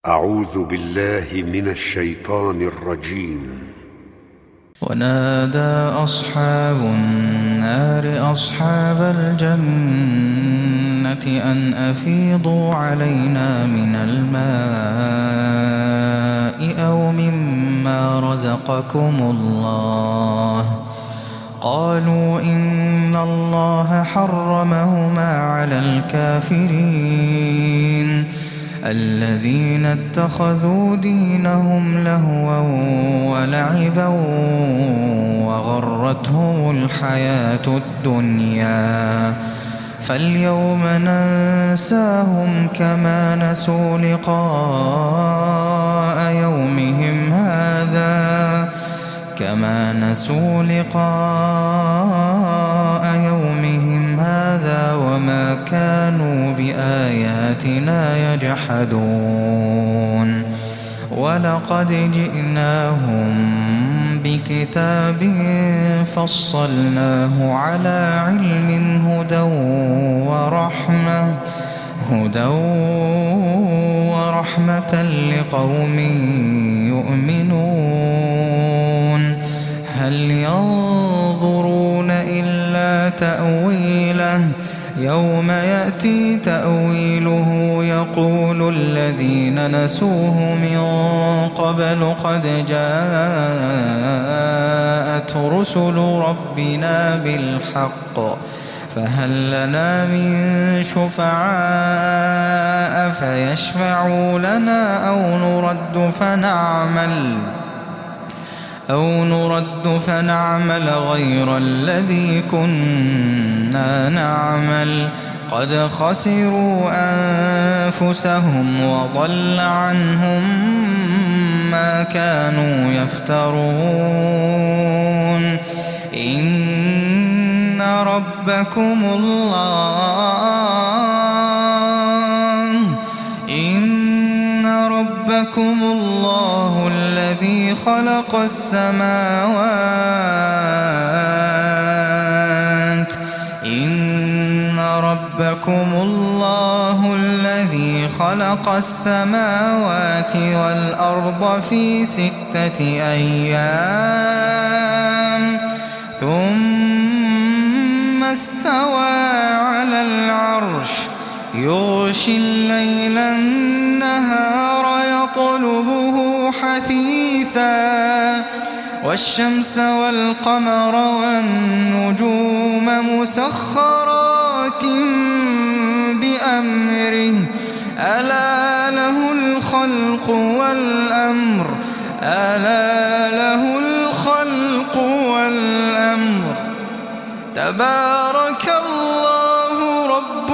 أعوذ بالله من الشيطان الرجيم. ونادى أصحاب النار أصحاب الجنة أن أفيضوا علينا من الماء أو مما رزقكم الله. قالوا إن الله حرمهما على الكافرين الذين اتخذوا دينهم لهوا ولعبا وغرتهم الحياة الدنيا فاليوم ننساهم كما نسوا لقاء يومهم هذا وما كانوا بآياتنا يجحدون. ولقد جئناهم بكتاب فصلناه على علم هدى ورحمة لقوم يؤمنون. هل ينظرون إلا تأويله يوم يأتي تأويله يقول الذين نسوه من قبل قد جاءت رسل ربنا بالحق فهل لنا من شفعاء فيشفعوا لنا أو نرد فنعمل غير الذي كنا نعمل قد خسروا أنفسهم وضل عنهم ما كانوا يفترون. إن ربكم الله الذي خلق السماوات والأرض في 6 أيام ثم استوى على العرش يغشي الليل النهار يطلبه حثيثا والشمس والقمر والنجوم مسخرات بأمره ألا له الخلق والأمر تبارك الله رب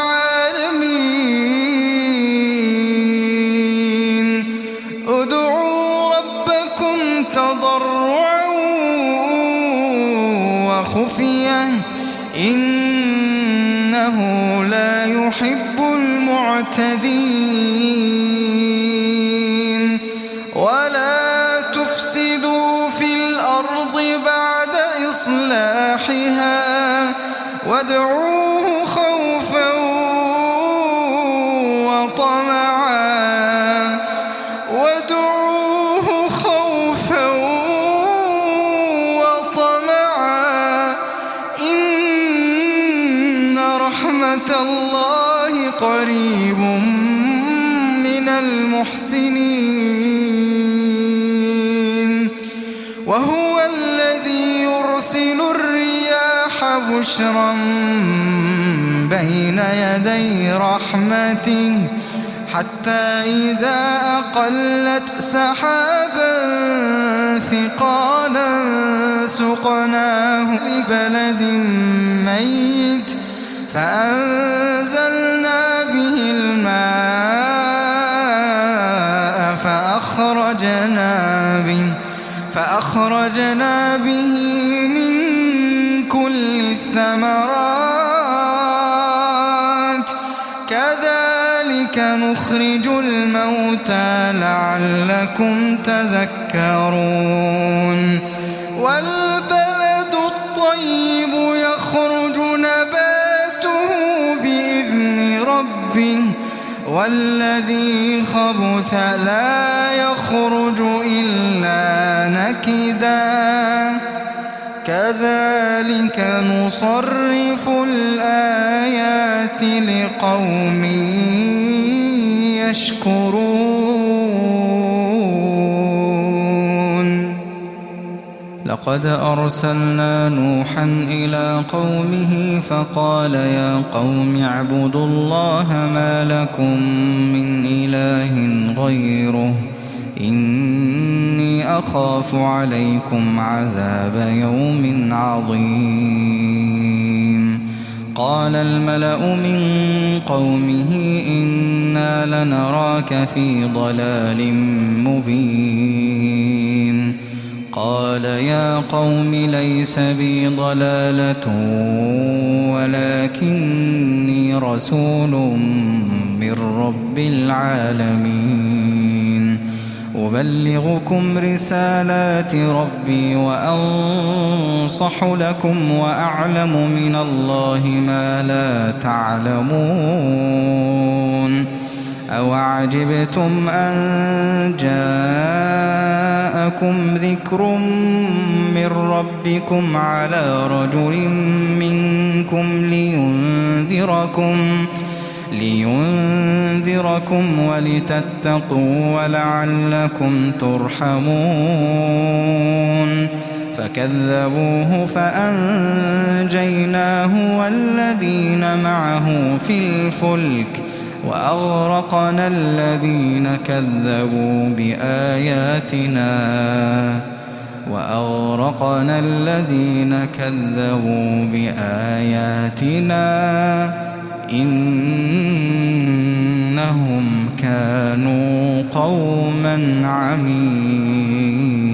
العالمين. ادعوا ربكم تضرعا وخفية إنه لا يحب المعتدين. ولا تفسدوا في الأرض بعد إصلاحها وادعوه خوفا وطمعا إن رحمة الله قريب من المحسنين. وهو الذي يرسل الرياح بشرا بين يدي رحمته حتى إذا أقلت سحابا ثقالا سقناه لبلد ميت فأنزلنا به الماء فأخرجنا به من كل الثمرات كذلك نخرج الموتى لعلكم تذكرون. والبلد الطيب يخرج نباته بإذن ربه والذي خبث لا يخرج إلا نكدا كذلك نصرف الآيات لقوم يشكرون لقد أرسلنا نوحا إلى قومه فقال يا قوم اعبدوا الله ما لكم من إله غيره إني أخاف عليكم عذاب يوم عظيم قال الملأ من قومه إنا لنراك في ضلال مبين قال يا قوم ليس بي ضلالة ولكني رسول من رب العالمين أبلغكم رسالات ربي وأنصح لكم وأعلم من الله ما لا تعلمون أوعجبتم أن جاءكم ذكر من ربكم على رجل منكم لينذركم ولتتقوا ولعلكم ترحمون فكذبوه فأنجيناه والذين معه في الفلك وأغرقنا الذين كذبوا بآياتنا إنهم كانوا قوما عمين.